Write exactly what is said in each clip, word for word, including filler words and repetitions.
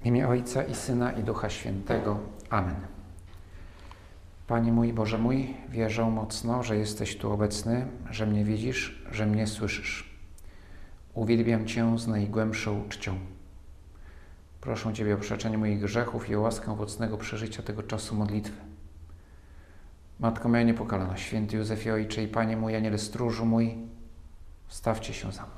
W imię Ojca i Syna i Ducha Świętego. Amen. Panie mój, Boże mój, wierzę mocno, że jesteś tu obecny, że mnie widzisz, że mnie słyszysz. Uwielbiam Cię z najgłębszą czcią. Proszę Ciebie o przeczenie moich grzechów i o łaskę owocnego przeżycia tego czasu modlitwy. Matko moja niepokalana, święty Józefie Ojcze i Panie mój, Aniele stróżu mój, stawcie się za mną.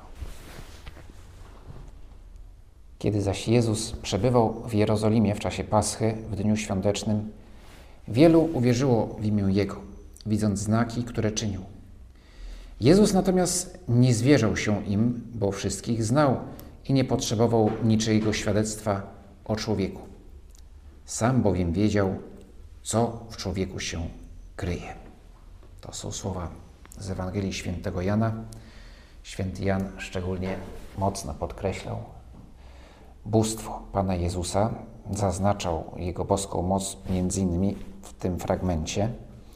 Kiedy zaś Jezus przebywał w Jerozolimie w czasie Paschy, w dniu świątecznym, wielu uwierzyło w imię Jego, widząc znaki, które czynił. Jezus natomiast nie zwierzał się im, bo wszystkich znał i nie potrzebował niczyjego świadectwa o człowieku. Sam bowiem wiedział, co w człowieku się kryje. To są słowa z Ewangelii świętego Jana. Święty Jan szczególnie mocno podkreślał bóstwo Pana Jezusa, zaznaczał Jego boską moc między innymi w tym fragmencie.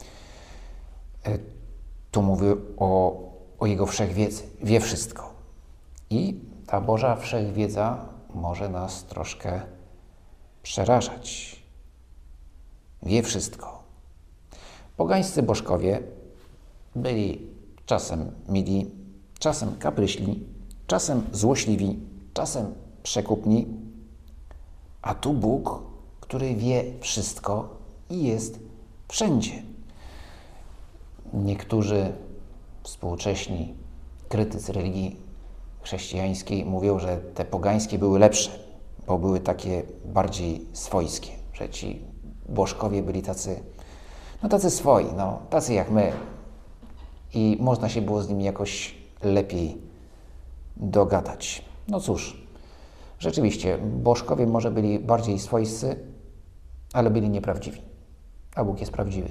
Tu mówi o, o Jego wszechwiedzy, wie wszystko. I ta Boża wszechwiedza może nas troszkę przerażać. Wie wszystko. Pogańscy bożkowie byli czasem mili, czasem kapryśli, czasem złośliwi, czasem przekupni, a tu Bóg, który wie wszystko i jest wszędzie. Niektórzy współcześni krytycy religii chrześcijańskiej mówią, że te pogańskie były lepsze, bo były takie bardziej swojskie, że ci bożkowie byli tacy, no tacy swoi, no, tacy jak my i można się było z nimi jakoś lepiej dogadać. No cóż, rzeczywiście, bożkowie może byli bardziej swojscy, ale byli nieprawdziwi, a Bóg jest prawdziwy.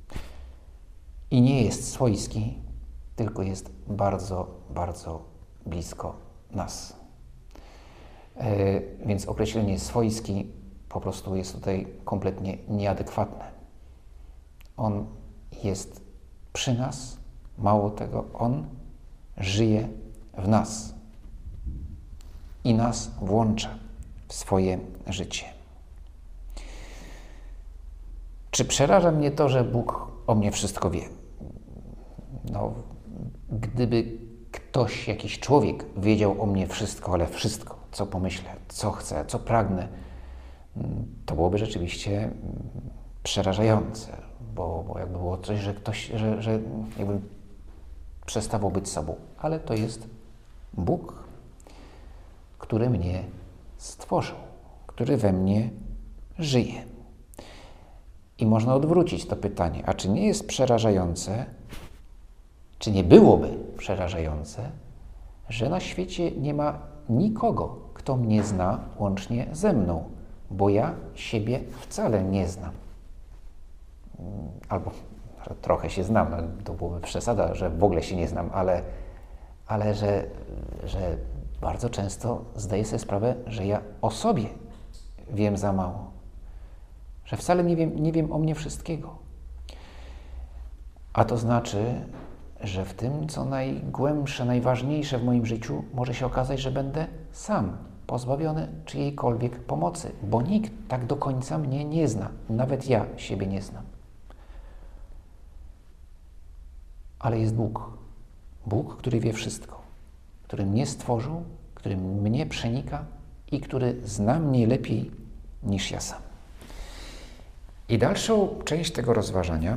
I nie jest swojski, tylko jest bardzo, bardzo blisko nas. Yy, więc określenie swojski po prostu jest tutaj kompletnie nieadekwatne. On jest przy nas, mało tego, On żyje w nas i nas włącza w swoje życie. Czy przeraża mnie to, że Bóg o mnie wszystko wie? No, gdyby ktoś, jakiś człowiek wiedział o mnie wszystko, ale wszystko, co pomyślę, co chcę, co pragnę, to byłoby rzeczywiście przerażające, bo, bo jakby było coś, że ktoś, że, że jakby przestawał być sobą. Ale to jest Bóg, który mnie stworzył, który we mnie żyje. I można odwrócić to pytanie, a czy nie jest przerażające, czy nie byłoby przerażające, że na świecie nie ma nikogo, kto mnie zna łącznie ze mną, bo ja siebie wcale nie znam. Albo że trochę się znam, no, to byłoby przesada, że w ogóle się nie znam, ale, ale że, że bardzo często zdaję sobie sprawę, że ja o sobie wiem za mało, że wcale nie wiem, nie wiem o mnie wszystkiego. A to znaczy, że w tym, co najgłębsze, najważniejsze w moim życiu, może się okazać, że będę sam, pozbawiony czyjejkolwiek pomocy, bo nikt tak do końca mnie nie zna, nawet ja siebie nie znam. Ale jest Bóg, Bóg, który wie wszystko, który mnie stworzył, który mnie przenika i który zna mnie lepiej niż ja sam. I dalszą część tego rozważania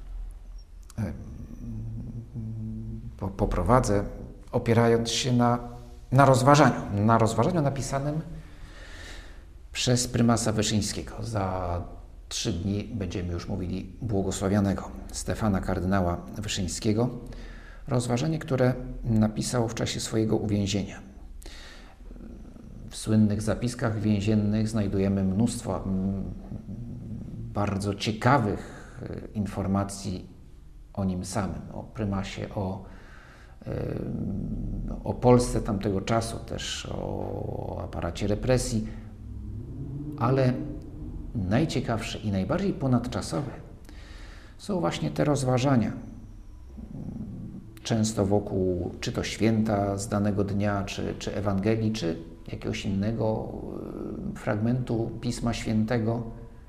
poprowadzę, opierając się na, na rozważaniu, na rozważaniu napisanym przez prymasa Wyszyńskiego. Za trzy dni będziemy już mówili błogosławionego Stefana kardynała Wyszyńskiego. Rozważanie, które napisał w czasie swojego uwięzienia. W słynnych zapiskach więziennych znajdujemy mnóstwo bardzo ciekawych informacji o nim samym, o prymasie, o, o Polsce tamtego czasu, też o aparacie represji, ale najciekawsze i najbardziej ponadczasowe są właśnie te rozważania, często wokół czy to święta z danego dnia, czy, czy Ewangelii, czy jakiegoś innego fragmentu Pisma Świętego.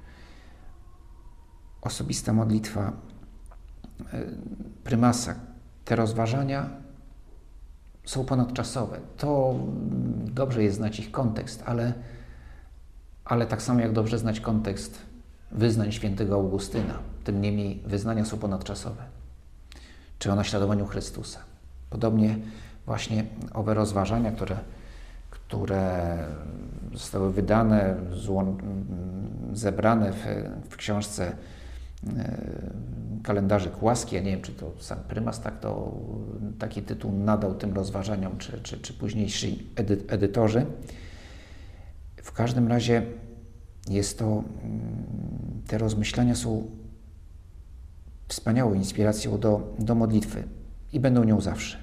Osobista modlitwa prymasa. Te rozważania są ponadczasowe. To dobrze jest znać ich kontekst, ale, ale tak samo jak dobrze znać kontekst wyznań świętego Augustyna. Tym niemniej wyznania są ponadczasowe. Czy o naśladowaniu Chrystusa. Podobnie właśnie owe rozważania, które, które zostały wydane, zebrane w, w książce Kalendarzyk Łaski. Ja nie wiem, czy to sam prymas tak to, taki tytuł nadał tym rozważaniom, czy, czy, czy późniejsi edy, edytorzy. W każdym razie jest to, te rozmyślania są wspaniałą inspiracją do, do modlitwy i będą nią zawsze.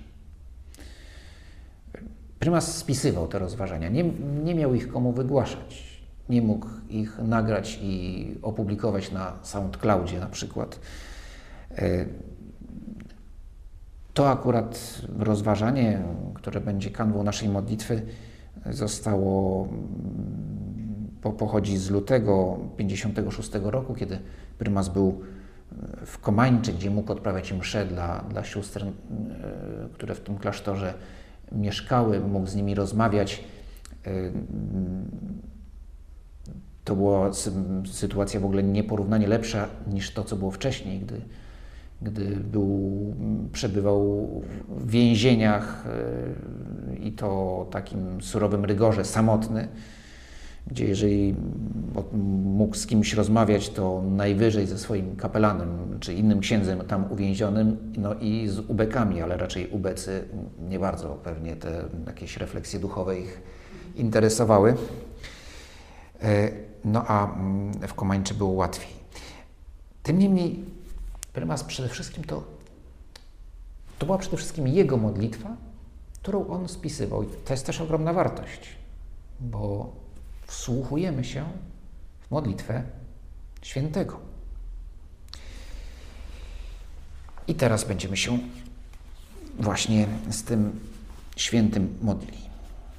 Prymas spisywał te rozważania, nie, nie miał ich komu wygłaszać. Nie mógł ich nagrać i opublikować na SoundCloudzie na przykład. To akurat rozważanie, które będzie kanwą naszej modlitwy, zostało, pochodzi z lutego pięćdziesiątego szóstego roku, kiedy prymas był w Komańczy, gdzie mógł odprawiać msze dla, dla sióstr, które w tym klasztorze mieszkały, mógł z nimi rozmawiać. To była sytuacja w ogóle nieporównanie lepsza niż to, co było wcześniej, gdy, gdy był, przebywał w więzieniach i to takim surowym rygorze, samotny, gdzie jeżeli mógł z kimś rozmawiać, to najwyżej ze swoim kapelanem czy innym księdzem tam uwięzionym, no i z ubekami, ale raczej ubecy nie bardzo pewnie te jakieś refleksje duchowe ich interesowały. No a w Komańczy było łatwiej. Tym niemniej prymas przede wszystkim to, to była przede wszystkim jego modlitwa, którą on spisywał. I to jest też ogromna wartość, bo wsłuchujemy się w modlitwę świętego. I teraz będziemy się właśnie z tym świętym modlili.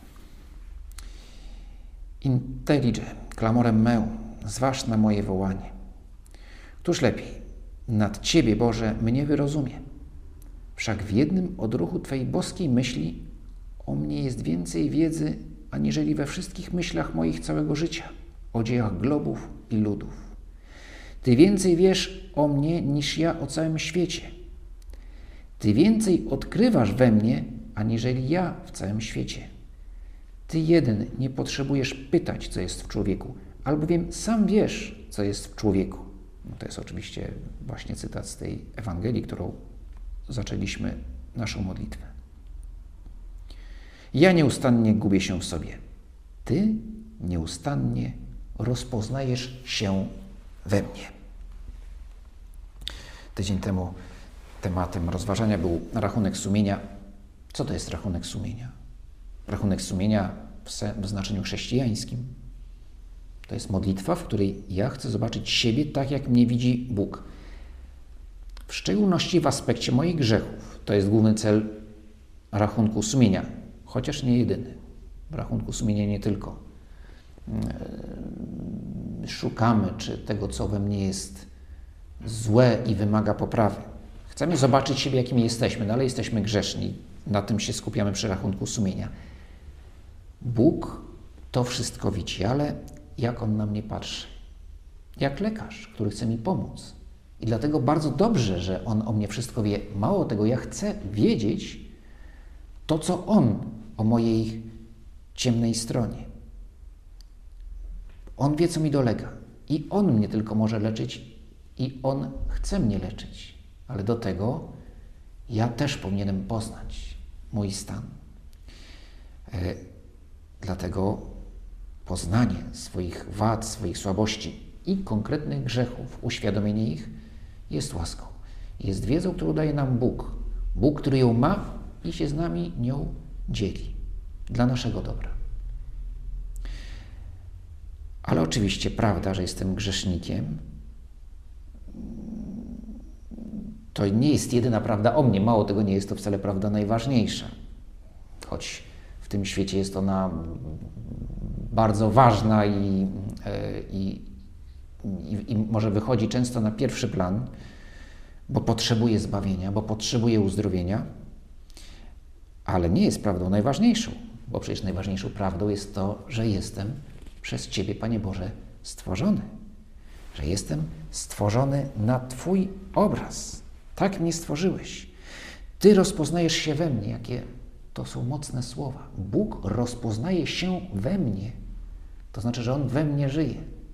Intellige, clamorem meum, zważ na moje wołanie. Któż lepiej, nad Ciebie, Boże, mnie wyrozumie? Wszak w jednym odruchu Twej boskiej myśli o mnie jest więcej wiedzy, aniżeli we wszystkich myślach moich całego życia, o dziejach globów i ludów. Ty więcej wiesz o mnie, niż ja o całym świecie. Ty więcej odkrywasz we mnie, aniżeli ja w całym świecie. Ty jeden nie potrzebujesz pytać, co jest w człowieku, albowiem sam wiesz, co jest w człowieku. No to jest oczywiście właśnie cytat z tej Ewangelii, którą zaczęliśmy naszą modlitwę. Ja nieustannie gubię się w sobie. Ty nieustannie rozpoznajesz się we mnie. Tydzień temu tematem rozważania był rachunek sumienia. Co to jest rachunek sumienia? Rachunek sumienia w, w znaczeniu chrześcijańskim to jest modlitwa, w której ja chcę zobaczyć siebie tak, jak mnie widzi Bóg. W szczególności w aspekcie moich grzechów. To jest główny cel rachunku sumienia, chociaż nie jedyny. W rachunku sumienia nie tylko yy, szukamy, czy tego, co we mnie jest złe i wymaga poprawy. Chcemy zobaczyć siebie, jakimi jesteśmy, no ale jesteśmy grzeszni. Na tym się skupiamy przy rachunku sumienia. Bóg to wszystko widzi, ale jak On na mnie patrzy? Jak lekarz, który chce mi pomóc. I dlatego bardzo dobrze, że On o mnie wszystko wie. Mało tego, ja chcę wiedzieć to, co On o mojej ciemnej stronie. On wie, co mi dolega. I On mnie tylko może leczyć i On chce mnie leczyć. Ale do tego ja też powinienem poznać mój stan. E, dlatego poznanie swoich wad, swoich słabości i konkretnych grzechów, uświadomienie ich jest łaską. Jest wiedzą, którą daje nam Bóg. Bóg, który ją ma i się z nami nią dzieli. Dla naszego dobra. Ale oczywiście prawda, że jestem grzesznikiem, to nie jest jedyna prawda o mnie. Mało tego, nie jest to wcale prawda najważniejsza. Choć w tym świecie jest ona bardzo ważna i, i, i, i może wychodzi często na pierwszy plan, bo potrzebuje zbawienia, bo potrzebuje uzdrowienia, ale nie jest prawdą najważniejszą, bo przecież najważniejszą prawdą jest to, że jestem przez Ciebie, Panie Boże, stworzony. Że jestem stworzony na Twój obraz. Tak mnie stworzyłeś. Ty rozpoznajesz się we mnie. Jakie to są mocne słowa. Bóg rozpoznaje się we mnie. To znaczy, że On we mnie żyje.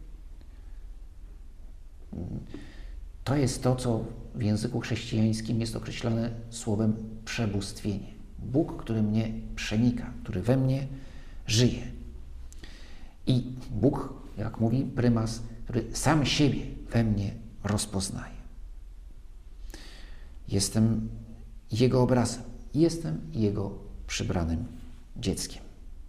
To jest to, co w języku chrześcijańskim jest określane słowem przebóstwienie. Bóg, który mnie przenika, który we mnie żyje. I Bóg, jak mówi prymas, który sam siebie we mnie rozpoznaje. Jestem Jego obrazem. Jestem Jego przybranym dzieckiem.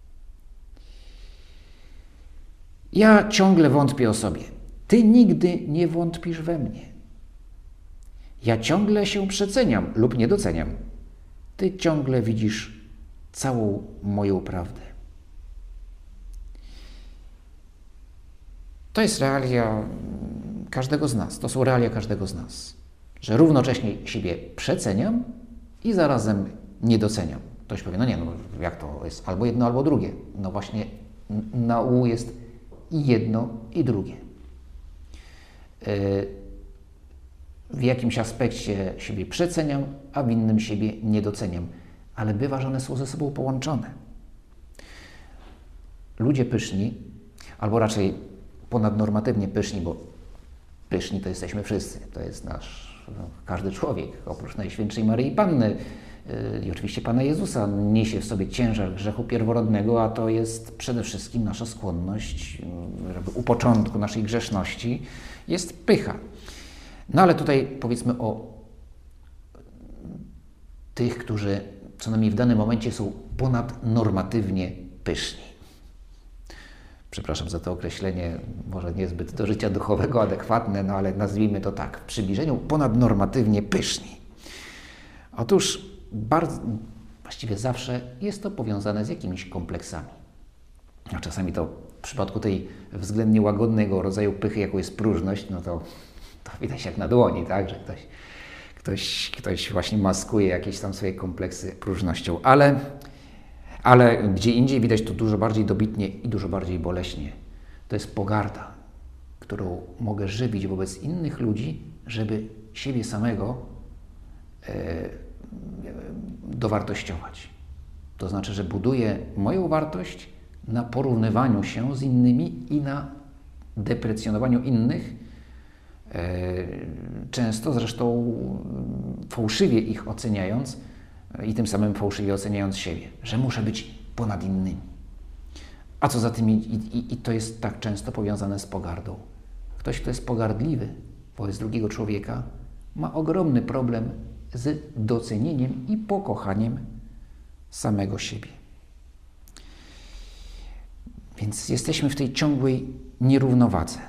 Ja ciągle wątpię o sobie. Ty nigdy nie wątpisz we mnie. Ja ciągle się przeceniam lub nie doceniam. Ty ciągle widzisz całą moją prawdę. To jest realia każdego z nas. To są realia każdego z nas. Że równocześnie siebie przeceniam i zarazem nie doceniam. Ktoś powie, no nie, no jak to jest albo jedno, albo drugie. No właśnie na U jest i jedno, i drugie. W jakimś aspekcie siebie przeceniam, a w innym siebie nie doceniam. Ale bywa, że one są ze sobą połączone. Ludzie pyszni, albo raczej ponadnormatywnie pyszni, bo pyszni to jesteśmy wszyscy. To jest nasz, no, każdy człowiek, oprócz Najświętszej Maryi Panny yy, i oczywiście Pana Jezusa, niesie w sobie ciężar grzechu pierworodnego, a to jest przede wszystkim nasza skłonność, yy, żeby u początku naszej grzeszności jest pycha. No ale tutaj powiedzmy o tych, którzy co najmniej w danym momencie są ponadnormatywnie pyszni. Przepraszam za to określenie, może niezbyt do życia duchowego adekwatne, no ale nazwijmy to tak, w przybliżeniu ponadnormatywnie pyszni. Otóż bardzo, właściwie zawsze jest to powiązane z jakimiś kompleksami. A czasami to w przypadku tej względnie łagodnego rodzaju pychy, jaką jest próżność, no to, to widać jak na dłoni, tak, że ktoś, ktoś, ktoś właśnie maskuje jakieś tam swoje kompleksy próżnością, ale Ale gdzie indziej widać to dużo bardziej dobitnie i dużo bardziej boleśnie. To jest pogarda, którą mogę żywić wobec innych ludzi, żeby siebie samego e, dowartościować. To znaczy, że buduję moją wartość na porównywaniu się z innymi i na deprecjonowaniu innych, e, często zresztą fałszywie ich oceniając, i tym samym fałszywie oceniając siebie, że muszę być ponad innymi. A co za tym, i, i, i to jest tak często powiązane z pogardą. Ktoś, kto jest pogardliwy wobec drugiego człowieka, ma ogromny problem z docenieniem i pokochaniem samego siebie. Więc jesteśmy w tej ciągłej nierównowadze.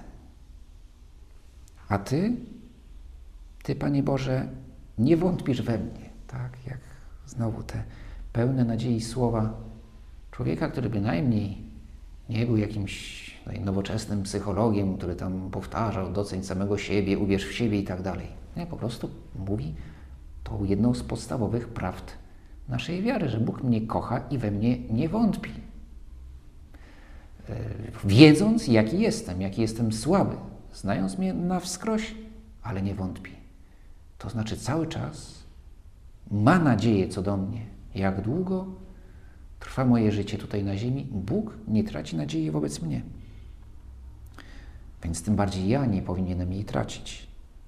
A Ty, Ty, Panie Boże, nie wątpisz we mnie, tak jak znowu te pełne nadziei słowa człowieka, który bynajmniej nie był jakimś nowoczesnym psychologiem, który tam powtarzał, doceń samego siebie, uwierz w siebie i tak dalej. Nie, po prostu mówi tą jedną z podstawowych prawd naszej wiary, że Bóg mnie kocha i we mnie nie wątpi. Wiedząc, jaki jestem, jaki jestem słaby, znając mnie na wskroś, ale nie wątpi. To znaczy cały czas ma nadzieję co do mnie. Jak długo trwa moje życie tutaj na ziemi, Bóg nie traci nadziei wobec mnie. Więc tym bardziej ja nie powinienem jej tracić.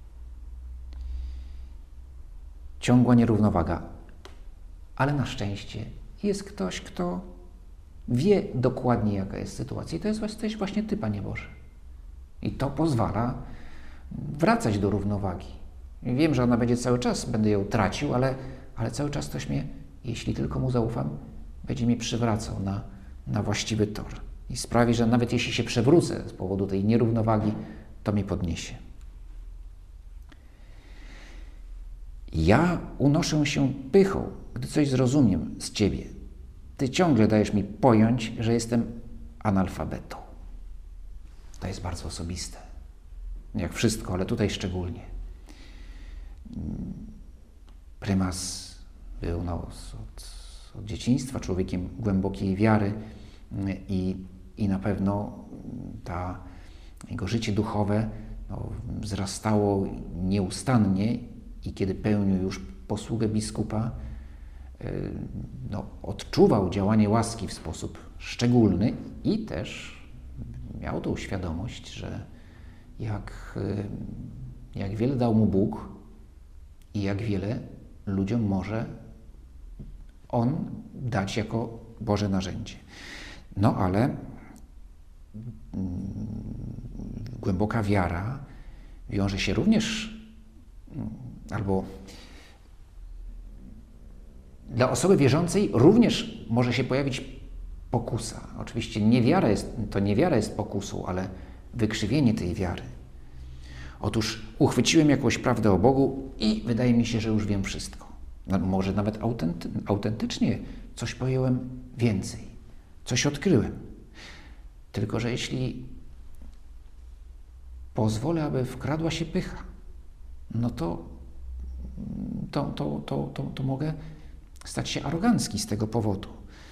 Ciągła nierównowaga. Ale na szczęście jest ktoś, kto wie dokładnie, jaka jest sytuacja. I to jest, to jest właśnie Ty, Panie Boże. I to pozwala wracać do równowagi. I wiem, że ona będzie cały czas, będę ją tracił, ale, ale cały czas ktoś mnie, jeśli tylko Mu zaufam, będzie mnie przywracał na, na właściwy tor. I sprawi, że nawet jeśli się przewrócę z powodu tej nierównowagi, to mnie podniesie. Ja unoszę się pychą, gdy coś zrozumiem z Ciebie. Ty ciągle dajesz mi pojąć, że jestem analfabetą. To jest bardzo osobiste. Jak wszystko, ale tutaj szczególnie. Prymas był no, od, od dzieciństwa człowiekiem głębokiej wiary i, i na pewno ta, jego życie duchowe no, wzrastało nieustannie i kiedy pełnił już posługę biskupa, no, odczuwał działanie łaski w sposób szczególny i też miał tą świadomość, że jak, jak wiele dał mu Bóg i jak wiele ludziom może On dać jako Boże narzędzie. No ale mm, głęboka wiara wiąże się również, albo dla osoby wierzącej również może się pojawić pokusa. Oczywiście niewiara jest, to niewiara jest pokusą, ale wykrzywienie tej wiary. Otóż uchwyciłem jakąś prawdę o Bogu i wydaje mi się, że już wiem wszystko. No, może nawet autenty, autentycznie coś pojąłem więcej, coś odkryłem. Tylko że jeśli pozwolę, aby wkradła się pycha, no to, to, to, to, to, to mogę stać się arogancki z tego powodu.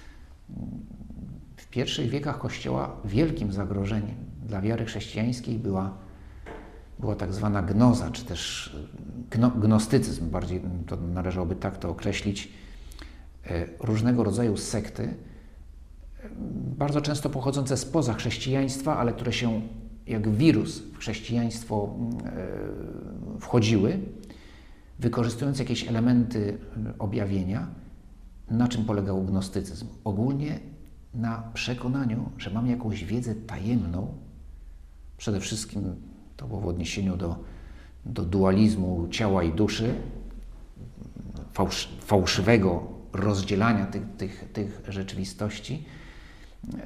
W pierwszych wiekach Kościoła wielkim zagrożeniem dla wiary chrześcijańskiej była, była tak zwana gnoza, czy też gno, gnostycyzm, bardziej to należałoby tak to określić, różnego rodzaju sekty, bardzo często pochodzące spoza chrześcijaństwa, ale które się jak wirus w chrześcijaństwo wchodziły, wykorzystując jakieś elementy objawienia. Na czym polegał gnostycyzm? Ogólnie na przekonaniu, że mam jakąś wiedzę tajemną, przede wszystkim to było w odniesieniu do, do dualizmu ciała i duszy, fałsz, fałszywego rozdzielania tych, tych, tych rzeczywistości, yy,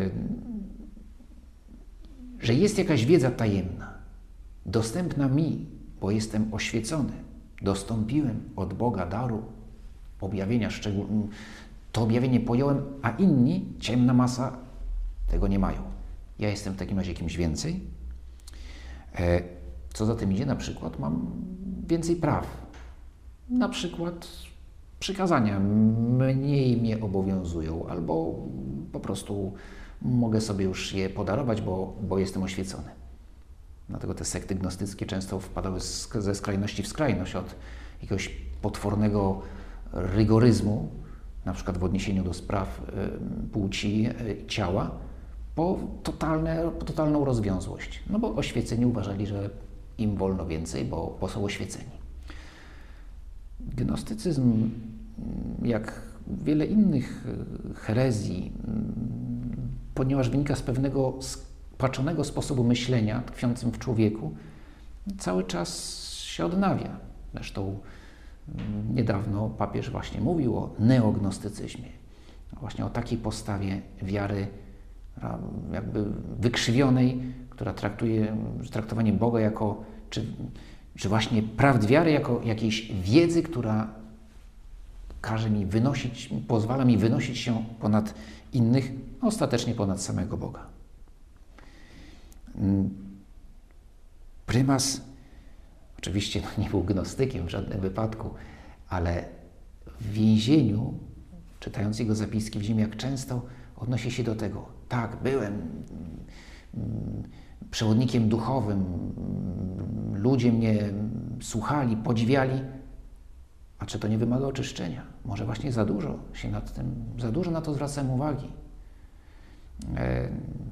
że jest jakaś wiedza tajemna, dostępna mi, bo jestem oświecony. Dostąpiłem od Boga daru objawienia szczególnego. To objawienie pojąłem, a inni, ciemna masa, tego nie mają. Ja jestem w takim razie kimś więcej. Co za tym idzie? Na przykład mam więcej praw. Na przykład przykazania mniej mnie obowiązują, albo po prostu mogę sobie już je podarować, bo, bo jestem oświecony. Dlatego te sekty gnostyckie często wpadały ze skrajności w skrajność, od jakiegoś potwornego rygoryzmu, na przykład w odniesieniu do spraw płci, ciała, po, totalne, po totalną rozwiązłość. No bo oświeceni uważali, że im wolno więcej, bo, bo są oświeceni. Gnostycyzm, jak wiele innych herezji, ponieważ wynika z pewnego spaczonego sposobu myślenia tkwiącym w człowieku, cały czas się odnawia. Zresztą niedawno papież właśnie mówił o neognostycyzmie. Właśnie o takiej postawie wiary jakby wykrzywionej, która traktuje traktowanie Boga jako, czy, czy właśnie prawd wiary jako jakiejś wiedzy, która każe mi wynosić, pozwala mi wynosić się ponad innych, a ostatecznie ponad samego Boga. Prymas oczywiście no, nie był gnostykiem w żadnym wypadku, ale w więzieniu, czytając jego zapiski w ziemi, jak często odnosi się do tego. Tak, byłem mm, przewodnikiem duchowym, mm, ludzie mnie słuchali, podziwiali, a czy to nie wymaga oczyszczenia? Może właśnie za dużo się nad tym, za dużo na to zwracam uwagi. E,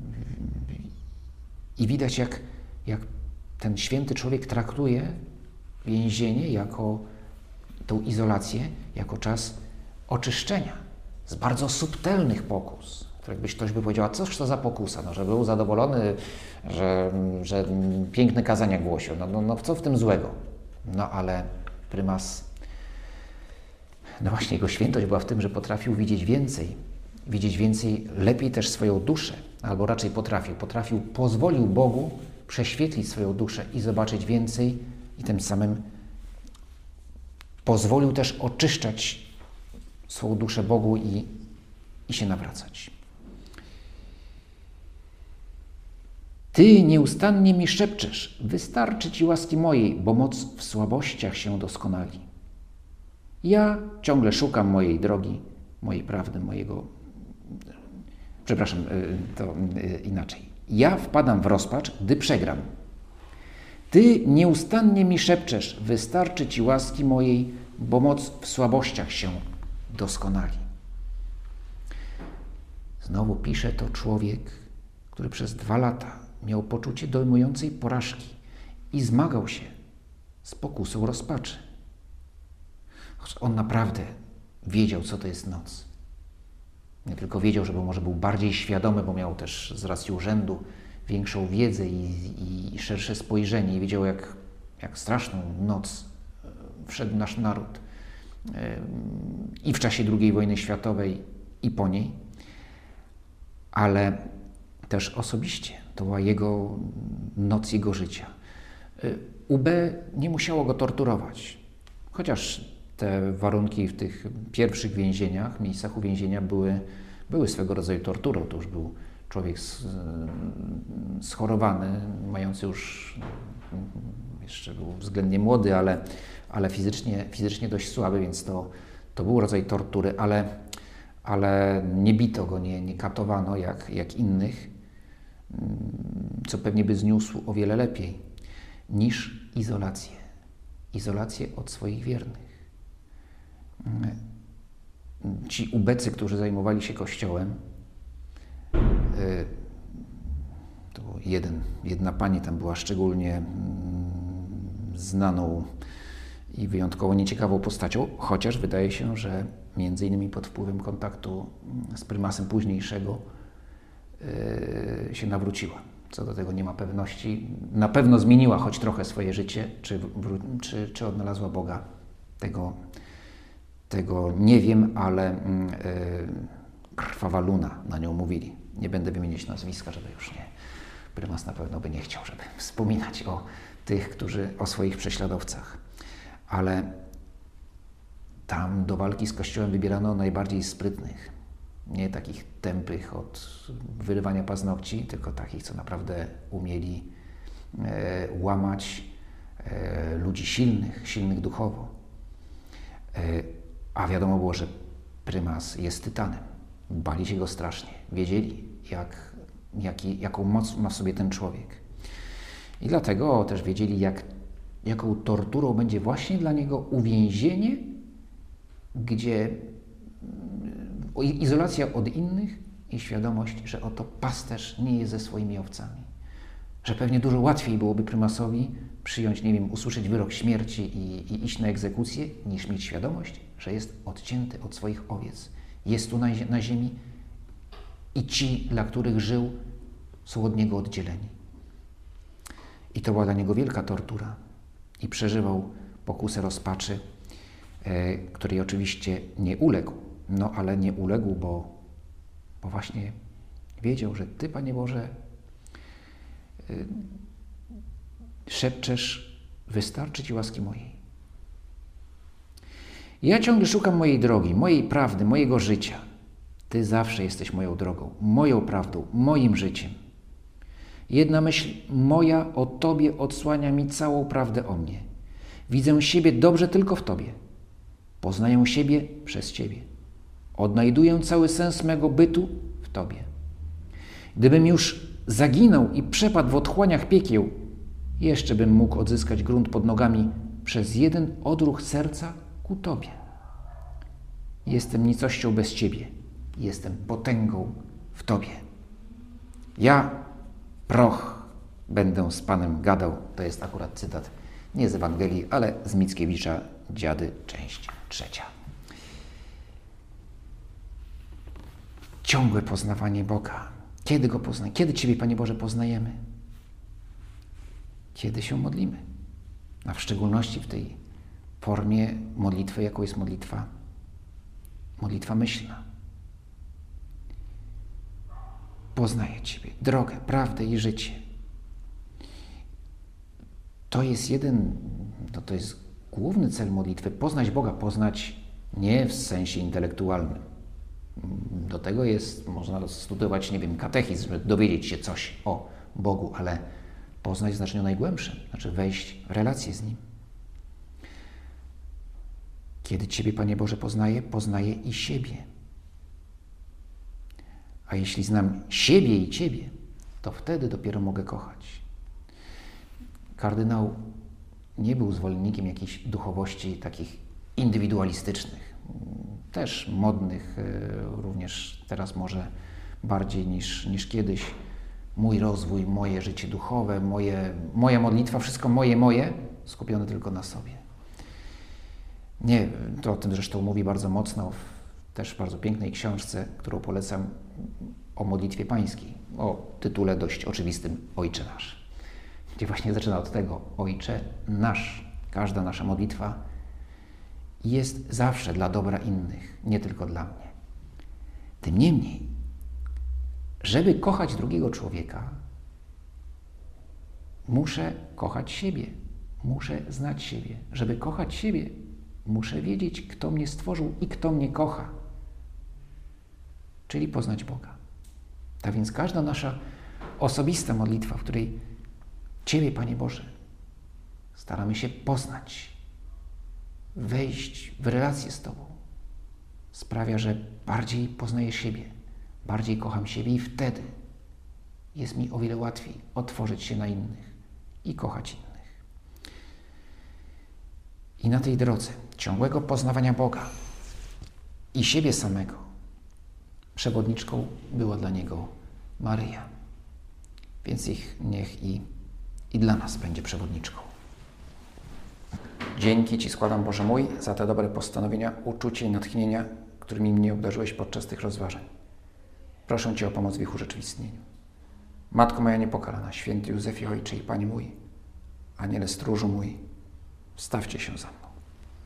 I widać, jak, jak ten święty człowiek traktuje więzienie jako tą izolację, jako czas oczyszczenia z bardzo subtelnych pokus. Jakbyś ktoś by powiedział, a cóż to za pokusa? No, że był zadowolony, że, że piękne kazania głosił. No, no, no co w tym złego? No ale prymas, no właśnie jego świętość była w tym, że potrafił widzieć więcej. Widzieć więcej, lepiej też swoją duszę, albo raczej potrafił. Potrafił, pozwolił Bogu prześwietlić swoją duszę i zobaczyć więcej i tym samym pozwolił też oczyszczać swoją duszę Bogu i, i się nawracać. Ty nieustannie mi szepczesz, wystarczy Ci łaski mojej, bo moc w słabościach się doskonali. Ja ciągle szukam mojej drogi, mojej prawdy, mojego... Przepraszam, to inaczej. Ja wpadam w rozpacz, gdy przegram. Ty nieustannie mi szepczesz, wystarczy Ci łaski mojej, bo moc w słabościach się doskonali. Znowu pisze to człowiek, który przez dwa lata miał poczucie dojmującej porażki i zmagał się z pokusą rozpaczy. Choć on naprawdę wiedział, co to jest noc. Nie tylko wiedział, że był, może był bardziej świadomy, bo miał też z racji urzędu większą wiedzę i, i, i szersze spojrzenie i wiedział, jak, jak straszną noc wszedł nasz naród i w czasie drugiej wojny światowej i po niej, ale też osobiście to była jego noc jego życia. U B nie musiało go torturować, chociaż te warunki w tych pierwszych więzieniach, miejscach uwięzienia były, były swego rodzaju torturą. To już był człowiek schorowany, mający już, jeszcze był względnie młody, ale, ale fizycznie, fizycznie dość słaby, więc to, to był rodzaj tortury, ale, ale nie bito go, nie, nie katowano jak, jak innych, co pewnie by zniósł o wiele lepiej niż izolację. Izolację od swoich wiernych. Ci ubecy, którzy zajmowali się Kościołem, to jeden, jedna pani tam była szczególnie znaną i wyjątkowo nieciekawą postacią, chociaż wydaje się, że między innymi pod wpływem kontaktu z prymasem późniejszego się nawróciła. Co do tego nie ma pewności. Na pewno zmieniła choć trochę swoje życie, czy, czy, czy odnalazła Boga. Tego, tego nie wiem, ale yy, krwawa luna na nią mówili. Nie będę wymieniać nazwiska, żeby już nie. Prymas na pewno by nie chciał, żeby wspominać o tych, którzy, o swoich prześladowcach. Ale tam do walki z Kościołem wybierano najbardziej sprytnych. Nie takich tępych od wyrywania paznokci, tylko takich, co naprawdę umieli e, łamać e, ludzi silnych, silnych duchowo. E, a wiadomo było, że prymas jest tytanem. Bali się go strasznie. Wiedzieli, jak, jaki, jaką moc ma w sobie ten człowiek. I dlatego też wiedzieli, jak, jaką torturą będzie właśnie dla niego uwięzienie, gdzie izolacja od innych i świadomość, że oto pasterz nie jest ze swoimi owcami. Że pewnie dużo łatwiej byłoby prymasowi przyjąć, nie wiem, usłyszeć wyrok śmierci i, i iść na egzekucję, niż mieć świadomość, że jest odcięty od swoich owiec. Jest tu na, na ziemi i ci, dla których żył, są od niego oddzieleni. I to była dla niego wielka tortura. I przeżywał pokusę rozpaczy, e, której oczywiście nie uległ. No ale nie uległ, bo, bo właśnie wiedział, że Ty, Panie Boże, yy, szepczesz, wystarczy Ci łaski mojej. Ja ciągle szukam mojej drogi, mojej prawdy, mojego życia. Ty zawsze jesteś moją drogą, moją prawdą, moim życiem. Jedna myśl moja o Tobie odsłania mi całą prawdę o mnie. Widzę siebie dobrze tylko w Tobie. Poznaję siebie przez Ciebie. Odnajduję cały sens mego bytu w Tobie. Gdybym już zaginął i przepadł w otchłaniach piekieł, jeszcze bym mógł odzyskać grunt pod nogami przez jeden odruch serca ku Tobie. Jestem nicością bez Ciebie. Jestem potęgą w Tobie. Ja, proch, będę z Panem gadał. To jest akurat cytat nie z Ewangelii, ale z Mickiewicza, Dziady, część trzecia. Ciągłe poznawanie Boga. Kiedy Go poznajemy? Kiedy Ciebie, Panie Boże, poznajemy? Kiedy się modlimy? A w szczególności w tej formie modlitwy, jaką jest modlitwa, modlitwa myślna. Poznaję Ciebie, drogę, prawdę i życie. To jest jeden, to, to jest główny cel modlitwy. Poznać Boga, poznać nie w sensie intelektualnym. Do tego jest, można studiować, nie wiem, katechizm, żeby dowiedzieć się coś o, Bogu, ale poznać w znaczeniu najgłębszym, znaczy wejść w relację z Nim. Kiedy Ciebie, Panie Boże, poznaję, poznaję i siebie. A jeśli znam siebie i Ciebie, to wtedy dopiero mogę kochać. Kardynał nie był zwolennikiem jakichś duchowości takich indywidualistycznych, też modnych, również teraz może bardziej niż, niż kiedyś. Mój rozwój, moje życie duchowe, moje, moja modlitwa, wszystko moje, moje, skupione tylko na sobie. Nie, to o tym zresztą mówi bardzo mocno w też bardzo pięknej książce, którą polecam, o modlitwie pańskiej, o tytule dość oczywistym Ojcze Nasz. Gdzie właśnie zaczyna od tego Ojcze Nasz. Każda nasza modlitwa jest zawsze dla dobra innych, nie tylko dla mnie. Tym niemniej, żeby kochać drugiego człowieka, muszę kochać siebie, muszę znać siebie. Żeby kochać siebie, muszę wiedzieć, kto mnie stworzył i kto mnie kocha, czyli poznać Boga. Tak więc każda nasza osobista modlitwa, w której Ciebie, Panie Boże, staramy się poznać, wejść w relację z Tobą, sprawia, że bardziej poznaję siebie, bardziej kocham siebie i wtedy jest mi o wiele łatwiej otworzyć się na innych i kochać innych. I na tej drodze ciągłego poznawania Boga i siebie samego przewodniczką była dla Niego Maryja. Więc ich niech i, i dla nas będzie przewodniczką. Dzięki Ci składam, Boże mój, za te dobre postanowienia, uczucie i natchnienia, którymi mnie obdarzyłeś podczas tych rozważań. Proszę Cię o pomoc w ich urzeczywistnieniu. Matko moja niepokalana, święty Józefie, Ojcze i Panie mój, Aniele stróżu mój, wstawcie się za mną.